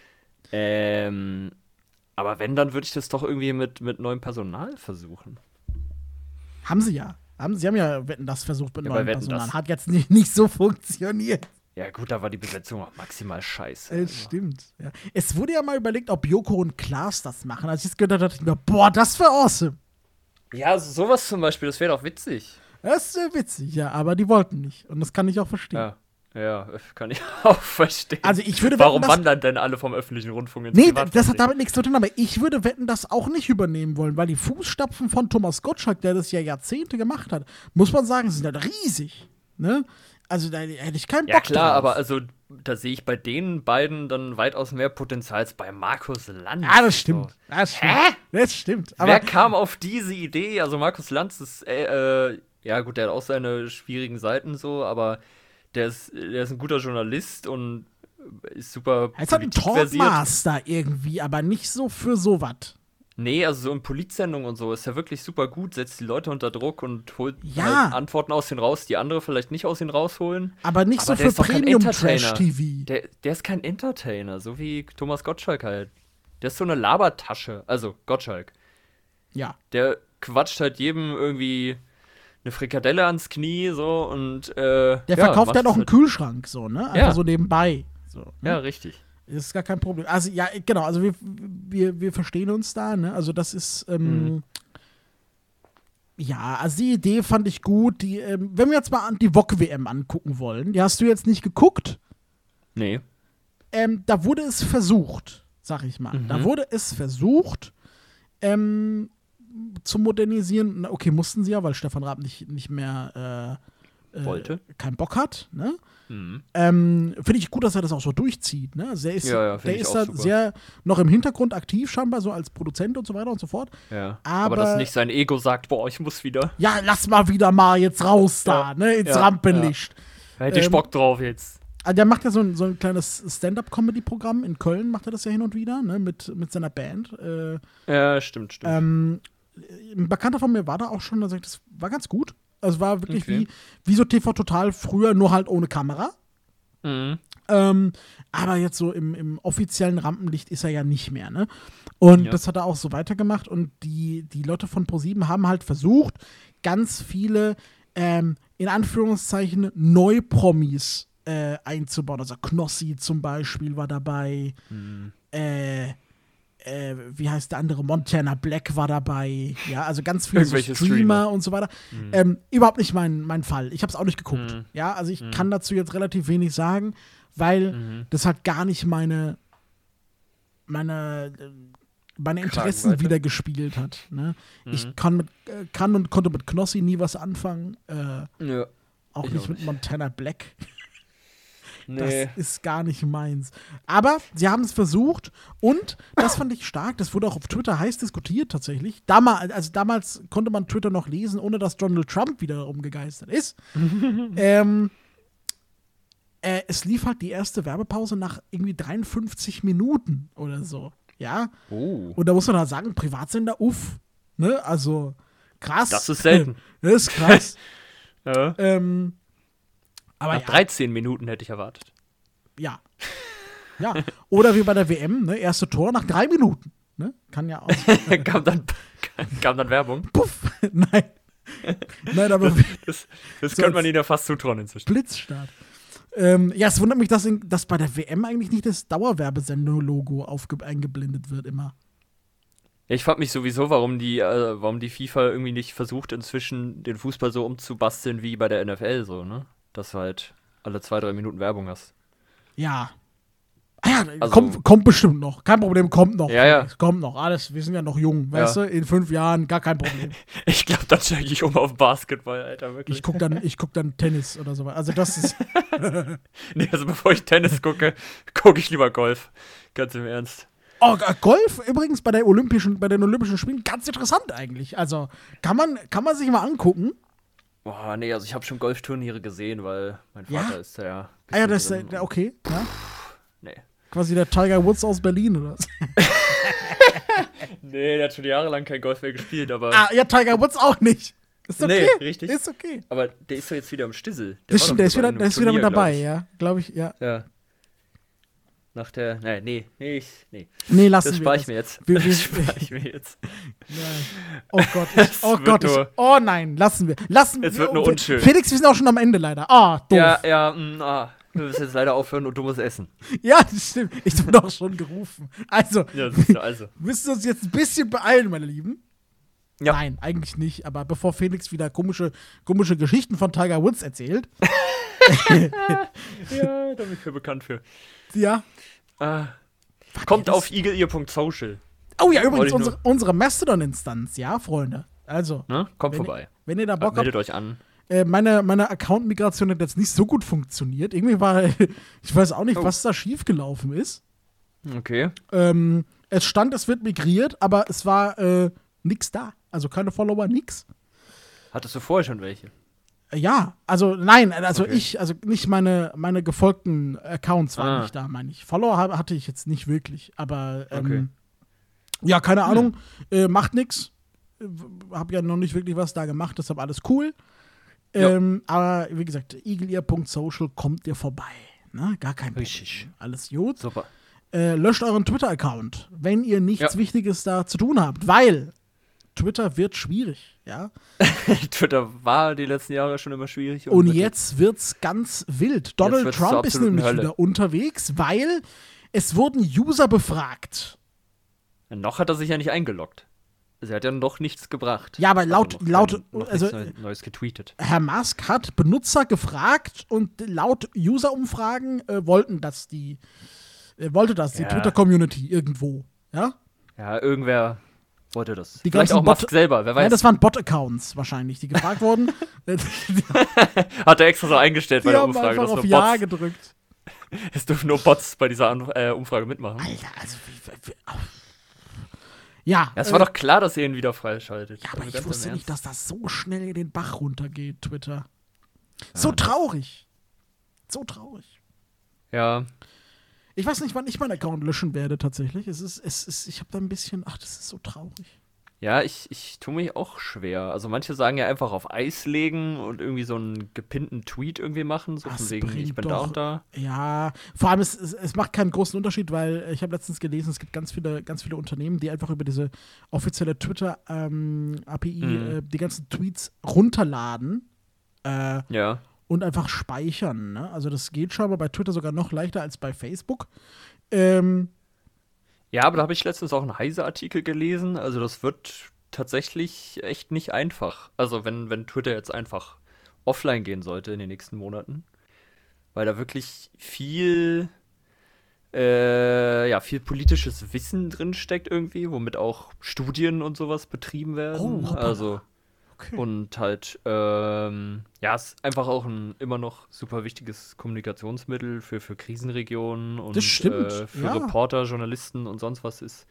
Ähm, aber wenn, dann würde ich das doch irgendwie mit, mit neuem Personal versuchen. Haben sie ja. Haben, sie haben ja Wetten, das versucht mit Ja, neuen bei Wetten, Personal. das. Hat jetzt nicht, nicht so funktioniert. Ja, gut, da war die Besetzung auch maximal scheiße. Es stimmt. Ja. Es wurde ja mal überlegt, ob Joko und Klaas das machen. Als ich das gehört habe, dachte ich mir, boah, das wäre awesome. Ja, sowas zum Beispiel, das wäre doch witzig. Das ist sehr witzig, ja, aber die wollten nicht. Und das kann ich auch verstehen. Ja, ja, kann ich auch verstehen. Also ich würde Warum wetten, das- wandern denn alle vom öffentlichen Rundfunk ins Nee, Privatfernsehen? das hat damit nichts zu tun, aber ich würde wetten, das auch nicht übernehmen wollen, weil die Fußstapfen von Thomas Gottschalk, der das ja Jahrzehnte gemacht hat, muss man sagen, sind halt riesig. Ne? Also da hätte ich keinen Ja, Bock klar, drauf. aber also da sehe ich bei den beiden dann weitaus mehr Potenzial als bei Markus Lanz. Ja, das stimmt. So. Das stimmt. Hä? Das stimmt. Wer Aber kam auf diese Idee? Also Markus Lanz ist, äh, äh, ja gut, der hat auch seine schwierigen Seiten so, aber der ist, der ist ein guter Journalist und ist super er ist halt ein politikversiert. Talkmaster irgendwie, aber nicht so für sowas. Nee, also so in Politsendungen und so ist er wirklich super gut, setzt die Leute unter Druck und holt Ja. halt Antworten aus denen raus, die andere vielleicht nicht aus ihnen rausholen. Aber nicht Aber so der für ist doch kein Premium-Trash-T V. Der, der ist kein Entertainer, so wie Thomas Gottschalk halt. Der ist so eine Labertasche, also Gottschalk. Ja. Der quatscht halt jedem irgendwie eine Frikadelle ans Knie so und äh, Der ja, verkauft ja macht's noch einen halt. Kühlschrank, so, ne? Einfach Ja. so nebenbei. So, ne? Ja, richtig. Das ist gar kein Problem. Also, ja, genau, also wir, wir, wir verstehen uns da, ne? Also, das ist, ähm, Mhm. ja, also die Idee fand ich gut. Die, ähm, wenn wir jetzt mal an die V O G-W M angucken wollen, die hast du jetzt nicht geguckt, Nee. ähm, da wurde es versucht, sag ich mal. Mhm. Da wurde es versucht, ähm, zu modernisieren. Na, okay, mussten sie ja, weil Stefan Raab nicht, nicht mehr äh, äh, Wollte. keinen Bock hat. Ne? Mhm. Ähm, Finde ich gut, dass er das auch so durchzieht. Ne? Also der ist, Ja, ja, find der ich ist auch da super. sehr noch im Hintergrund aktiv, scheinbar, so als Produzent und so weiter und so fort. Ja. Aber- Aber, dass nicht sein Ego sagt, boah, ich muss wieder. Ja, lass mal wieder mal jetzt raus da, Ja, ne, ins ja, Rampenlicht. Da hätte ich Ähm, Bock drauf jetzt. Also der macht ja so ein, so ein kleines Stand-up-Comedy-Programm in Köln, macht er das ja hin und wieder, ne, mit, mit seiner Band. Äh, Ja, stimmt, stimmt. ähm, ein Bekannter von mir war da auch schon, der sagt, das war ganz gut. Also war wirklich Okay. wie, wie so T V Total früher, nur halt ohne Kamera. Mhm. Ähm, aber jetzt so im, im offiziellen Rampenlicht ist er ja nicht mehr, ne? Und Ja. das hat er auch so weitergemacht. Und die, die Leute von ProSieben haben halt versucht, ganz viele, ähm, in Anführungszeichen, Neupromis äh, einzubauen. Also Knossi zum Beispiel war dabei. Mhm. Äh, äh, wie heißt der andere? Montana Black war dabei. Ja, also ganz viele so Irgendwelche Streamer, Streamer. und so weiter. Mhm. Ähm, überhaupt nicht mein, mein Fall. Ich habe es auch nicht geguckt. Mhm. Ja, also ich Mhm. kann dazu jetzt relativ wenig sagen, weil Mhm. das halt gar nicht meine meine äh, meine Interessen Kragenweite. wieder gespielt hat. Ne? Ich Mhm. kann, mit, äh, kann und konnte mit Knossi nie was anfangen. Äh, Ja. auch Ich nicht auch mit nicht. Montana Black. Nee. Das ist gar nicht meins. Aber sie haben es versucht und das fand ich stark. Das wurde auch auf Twitter heiß diskutiert tatsächlich. Damals, also damals konnte man Twitter noch lesen, ohne dass Donald Trump wieder rumgegeistert ist. ähm, äh, es lief halt die erste Werbepause nach irgendwie dreiundfünfzig Minuten oder so. Ja. Oh. Und da muss man halt sagen, Privatsender, uff. Ne? Also krass. Das ist selten. Das ist krass. Ja. ähm, aber Nach ja. dreizehn Minuten hätte ich erwartet. Ja. Ja. Oder wie bei der W M, ne? Erste Tor nach drei Minuten. Ne? Kann ja auch. kam, dann, kam dann Werbung. Puff. Nein. Nein, aber Das, das So könnte man als- ihnen ja fast zutrauen inzwischen. Blitzstart. Ähm, ja, es wundert mich, dass, in, dass bei der W M eigentlich nicht das Dauerwerbesender-Logo aufge- eingeblendet wird immer. Ja, ich frage mich sowieso, warum die, äh, warum die FIFA irgendwie nicht versucht, inzwischen den Fußball so umzubasteln wie bei der N F L so, ne? Dass du halt alle zwei, drei Minuten Werbung hast. Ja. Ah ja, Also- kommt, kommt bestimmt noch. Kein Problem, kommt noch. Ja, ja. Es kommt noch. Alles, wir sind ja noch jung, weißt du? In fünf Jahren gar kein Problem. Ich glaube, dann steige ich um auf Basketball, Alter, wirklich. Ich guck dann, ich guck dann Tennis oder so. Also das ist. Nee, also bevor ich Tennis gucke, gucke ich lieber Golf. Ganz im Ernst. Oh, G- Golf übrigens bei der Olympischen, bei den Olympischen Spielen ganz interessant eigentlich. Also kann man, kann man sich mal angucken. Boah, nee, also ich habe schon Golfturniere gesehen, weil mein Vater Ja? ist da ja. Ah ja, das ist bisschen der, drin. der okay. Ja? Nee. Quasi der Tiger Woods aus Berlin oder was? Nee, der hat schon jahrelang kein Golf mehr gespielt, aber. Ah, ja, Tiger Woods auch nicht. Ist okay. Nee, richtig. Ist okay. Aber der ist doch jetzt wieder im Stissel. Das war stimmt, doch der ist bei wieder, einem der ist wieder mit Turnier, dabei, glaub ja. Glaube ich, ja. ich. Ja. Nach der. Nee, nee, nee, ich, nee. Nee, lassen Das wir spare ich das. mir jetzt. Wir- Das wir- spare ich mir jetzt. Nein. Oh Gott, ich, oh wird Gott, ich, nur- oh nein, lassen wir. Lassen Es wir. wird nur oh, unschön. Felix, wir sind auch schon am Ende leider. Ah, doof. Ja, ja, mh, ah. Du wirst jetzt leider aufhören und dummes Essen. Ja, das stimmt. Ich wurde auch schon gerufen. Also, Ja, siehst du, also. müssen wir uns jetzt ein bisschen beeilen, meine Lieben. Ja. Nein, eigentlich nicht. Aber bevor Felix wieder komische, komische Geschichten von Tiger Woods erzählt, Ja, da bin ich für bekannt für. ja. Ah. Kommt das- auf eagleear punkt social. Oh ja, Wollte übrigens ich nur- unsere, unsere Mastodon-Instanz, ja, Freunde. Also, Ne? Kommt wenn, vorbei. ihr, wenn ihr da Bock habt, Meldet euch an. äh, meine, meine Account-Migration hat jetzt nicht so gut funktioniert. Irgendwie war, ich weiß auch nicht, Oh. was da schiefgelaufen ist. Okay. Ähm, es stand, es wird migriert, aber es war äh, nix da. Also keine Follower, nix. Hattest du vorher schon welche? Äh, ja, also nein, also Okay. ich, also nicht meine, meine gefolgten Accounts waren Ah. nicht da, meine ich. Follower hab, hatte ich jetzt nicht wirklich, aber ähm, Okay. ja, keine Ahnung, äh, macht nix. Äh, Hab ja noch nicht wirklich was da gemacht, deshalb alles cool. Ja. Ähm, aber wie gesagt, eagleear punkt social kommt ihr vorbei. Ne? Gar kein Problem. Richtig. Alles gut. Super. Äh, löscht euren Twitter-Account, wenn ihr nichts Ja. Wichtiges da zu tun habt, weil Twitter wird schwierig, ja. Twitter war die letzten Jahre schon immer schwierig. Und wird jetzt wird's ganz wild. Donald wird's zur Trump ist absoluten nämlich Hölle. wieder unterwegs, weil es wurden User befragt. jetzt- Noch hat er sich ja nicht eingeloggt. Also er hat ja noch nichts gebracht. Ja, aber laut- noch laut- kein- noch also- nichts Neu- Neues getweetet. Herr Musk hat Benutzer gefragt und laut User-Umfragen äh, wollten das die, äh, wollte das die Ja. Twitter-Community irgendwo, ja. Ja, irgendwer wollte das. Die Vielleicht ganzen auch Musk Bot- selber, wer weiß. Ja, das waren Bot-Accounts wahrscheinlich, die gefragt wurden. die Hat er extra so eingestellt bei der haben Umfrage, einfach dass auf nur Ja Bots, gedrückt. es dürfen nur Bots bei dieser An äh, Umfrage mitmachen. Alter, also wie, wie, wie, ja. Ja, es äh, war doch klar, dass ihr ihn wieder freischaltet. Ja, aber Also ich ganz im wusste nicht, Ernst. dass das so schnell in den Bach runtergeht, Twitter. So traurig. So traurig. Ja, Ich weiß nicht, wann ich meinen Account löschen werde, tatsächlich. Es ist, es ist, ich habe da ein bisschen, ach, das ist so traurig. ja, ich, ich tue mich auch schwer. Also manche sagen ja einfach auf Eis legen und irgendwie so einen gepinnten Tweet irgendwie machen, so Das von wegen, bringt ich bin doch- da und da. Ja, vor allem, es, es, es macht keinen großen Unterschied, weil ich habe letztens gelesen, es gibt ganz viele, ganz viele Unternehmen, die einfach über diese offizielle Twitter-A P I Mhm. äh, die ganzen Tweets runterladen äh, Ja. und einfach speichern. Ne? Also das geht schon, aber bei Twitter sogar noch leichter als bei Facebook. Ähm, Ja, aber da habe ich letztens auch einen Heise-Artikel gelesen. Also das wird tatsächlich echt nicht einfach. Also wenn, wenn Twitter jetzt einfach offline gehen sollte in den nächsten Monaten. Weil da wirklich viel, äh, ja, viel politisches Wissen drin steckt irgendwie, womit auch Studien und sowas betrieben werden. Oh, hoppala. Also okay. und halt, ähm, ja, es ist einfach auch ein immer noch super wichtiges Kommunikationsmittel für, für Krisenregionen und Das stimmt, äh, für ja. Reporter, Journalisten und sonst was ist.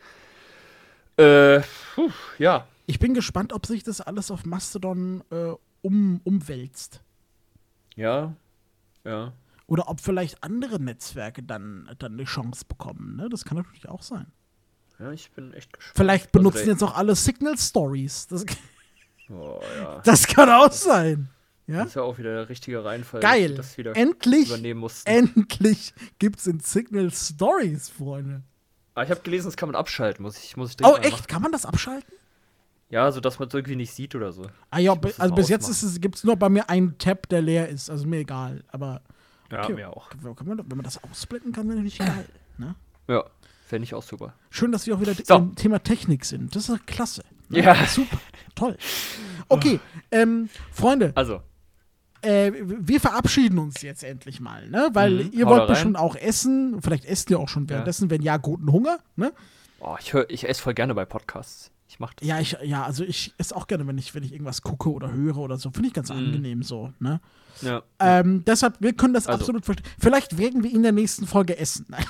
Äh, puh, ja. Ich bin gespannt, ob sich das alles auf Mastodon äh, um, umwälzt. Ja. Ja. Oder ob vielleicht andere Netzwerke dann, dann eine Chance bekommen. Ne? Das kann natürlich auch sein. Ja, ich bin echt gespannt. Vielleicht benutzen Also der- jetzt auch alle Signal Stories. Das, Oh, ja. das kann auch sein. Ja? Das ist ja auch wieder der richtige Reinfall, dass Geil. wir das wieder Endlich, übernehmen mussten. endlich gibt's in Signal Stories, Freunde. Aber ich habe gelesen, das kann man abschalten, muss ich, muss ich Oh, dringend mal echt? machen. Kann man das abschalten? Ja, so dass man es irgendwie nicht sieht oder so. Ah ja, Ich muss das also mal bis jetzt ausmachen. ist es, gibt's nur bei mir einen Tab, der leer ist. Also mir egal. Aber Ja, okay. mir auch. Kann man, wenn man das ausblenden kann, wäre natürlich geil. Ne? Ja, fände ich auch super. Schön, dass wir auch wieder So. im Thema Technik sind. Das ist ja klasse. Ne? Ja. Super. Toll. Okay, ähm, Freunde, Also, äh, wir verabschieden uns jetzt endlich mal, ne? Weil Mhm, ihr hau wollt da rein. bestimmt auch essen. Vielleicht esst ihr auch schon währenddessen. Wenn ja, guten Hunger, ne? oh, ich, hör, ich esse voll gerne bei Podcasts. Ich mach das. Ja, ich, ja, also ich esse auch gerne, wenn ich, wenn ich irgendwas gucke oder höre oder so. Finde ich ganz Mhm. angenehm so, ne? Ja. Ähm, deshalb, wir können das Also. absolut verstehen. Vielleicht werden wir in der nächsten Folge essen. Nein.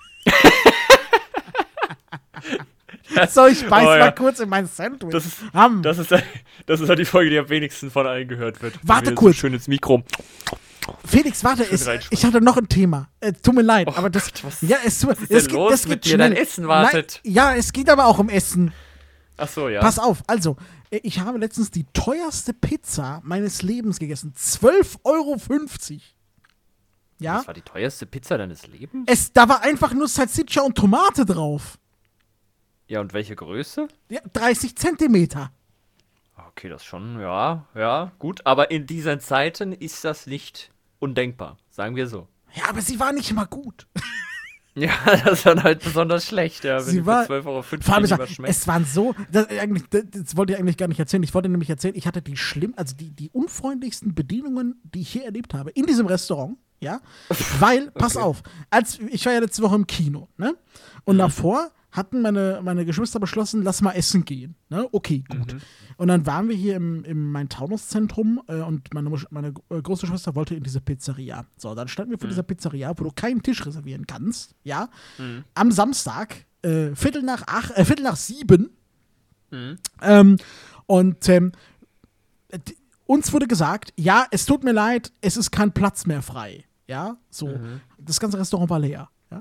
so, ich beiß Oh, ja. mal kurz in mein Sandwich. Das ist, Ham. das, ist, das ist halt die Folge, die am wenigsten von allen gehört wird. Warte Wenn wir kurz. So schön ins Mikro. Felix, warte, es, reinschmeißen. ich hatte noch ein Thema. Äh, tut mir leid, Oh aber das. Gott, was- ja, es, was ist es denn geht, los das mit geht dir? schnell. Dein Essen wartet. Nein, ja, es geht aber auch um Essen. Ach so, ja. Pass auf, also, äh, ich habe letztens die teuerste Pizza meines Lebens gegessen. zwölf Euro fünfzig. Ja? Das war die teuerste Pizza deines Lebens? Es, da war einfach nur Salsiccia und Tomate drauf. Ja, und welche Größe? Ja, dreißig Zentimeter. Okay, das schon, ja, ja, gut. Aber in diesen Zeiten ist das nicht undenkbar, sagen wir so. Ja, aber sie war nicht immer gut. Ja, das ist dann halt besonders schlecht, ja, wenn Sie die war- für zwölf Euro fünfzig Vor allem, nicht es, mehr war, schmeckt. es waren so, das, äh, eigentlich, das, das wollte ich eigentlich gar nicht erzählen. Ich wollte nämlich erzählen, ich hatte die schlimm, also die, die unfreundlichsten Bedienungen, die ich hier erlebt habe, in diesem Restaurant, ja. Weil, pass Okay. auf, als, ich war ja letzte Woche im Kino, ne? Und davor hatten meine, meine Geschwister beschlossen, lass mal essen gehen. Ne? Okay, gut. Und dann waren wir hier im, im Main-Taunus-Zentrum äh, und meine, Musch- meine äh, große Schwester wollte in diese Pizzeria. So, dann standen wir vor dieser Pizzeria, wo du keinen Tisch reservieren kannst, ja. Am Samstag, äh, Viertel nach acht, äh, Viertel nach sieben. Mhm. Ähm, und ähm, d- uns wurde gesagt, ja, es tut mir leid, es ist kein Platz mehr frei. Ja, so. Mhm. Das ganze Restaurant war leer. Ja?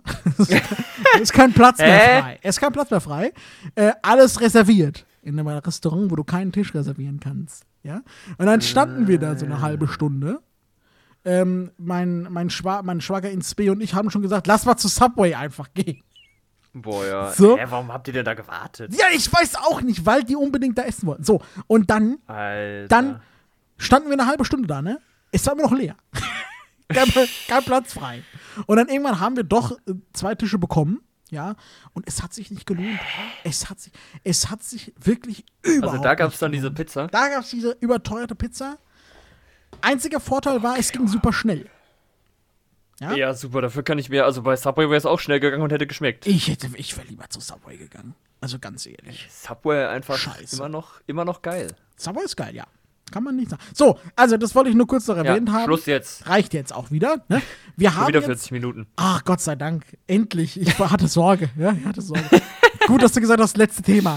Es ist kein Platz mehr Hä? frei. Es ist kein Platz mehr frei. Äh, alles reserviert. In einem Restaurant, wo du keinen Tisch reservieren kannst. Ja? Und dann standen wir da so eine halbe Stunde. Ähm, mein, mein, Schwa mein Schwager ins B und ich haben schon gesagt, lass mal zu Subway einfach gehen. Boah, ja. So. Hä, warum habt ihr denn da gewartet? Ja, ich weiß auch nicht, weil die unbedingt da essen wollten. So, und dann Alter. Dann standen wir eine halbe Stunde da, ne? Es war immer noch leer. kein, kein Platz frei. Und dann irgendwann haben wir doch äh, zwei Tische bekommen, ja? Und es hat sich nicht gelohnt. Es hat sich, es hat sich wirklich überhaupt Also da gab es nicht dann diese gelohnt. Pizza. Da gab es diese überteuerte Pizza. Einziger Vorteil war, es ging super schnell. Ja, Ja, super, dafür kann ich mir, also bei Subway wäre es auch schnell gegangen und hätte geschmeckt. Ich hätte, ich wäre lieber zu Subway gegangen. Also ganz ehrlich. Subway einfach Scheiße. immer noch, immer noch geil. Subway ist geil, ja. Kann man nicht sagen. So, also das wollte ich nur kurz noch erwähnt Ja, haben. Schluss jetzt. Reicht jetzt auch wieder. Ne? Wir Schon haben wieder jetzt, vierzig Minuten. Ach, Gott sei Dank. Endlich. Ich hatte Sorge. Ja, ich hatte Sorge. Gut, dass du gesagt hast, letzte Thema.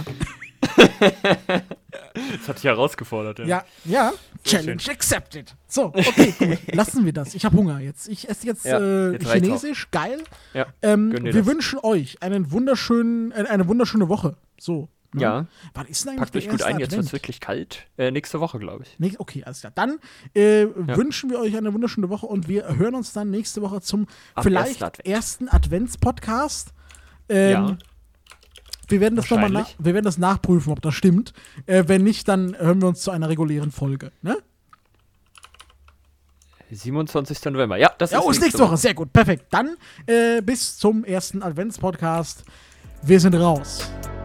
Das hat dich herausgefordert, ja. Ja, ja. Sehr Challenge schön. accepted. So, okay, gut. Lassen wir das. Ich habe Hunger jetzt. Ich esse jetzt, Ja, äh, jetzt reicht's Chinesisch. Geil. Ja, Ähm, gönn dir wir das. wünschen euch einen wunderschönen, äh, eine wunderschöne Woche. So. Ne? Ja. Wann ist denn eigentlich Packt der euch gut erste ein, jetzt wird es Advent? wirklich kalt. Äh, nächste Woche, glaube ich. Nee, okay, alles klar. Dann äh, wünschen wir euch eine wunderschöne Woche und wir hören uns dann nächste Woche zum Am vielleicht ersten Advent. ersten Advents-Podcast. Ähm, Ja. Wir werden, das noch mal na Wahrscheinlich. wir werden das nachprüfen, ob das stimmt. Äh, wenn nicht, dann hören wir uns zu einer regulären Folge. Ne? siebenundzwanzigsten November. Ja, das Ja, ist oh, ist nächste Woche. Sehr gut, perfekt. Dann äh, bis zum ersten Advents-Podcast. Wir sind raus.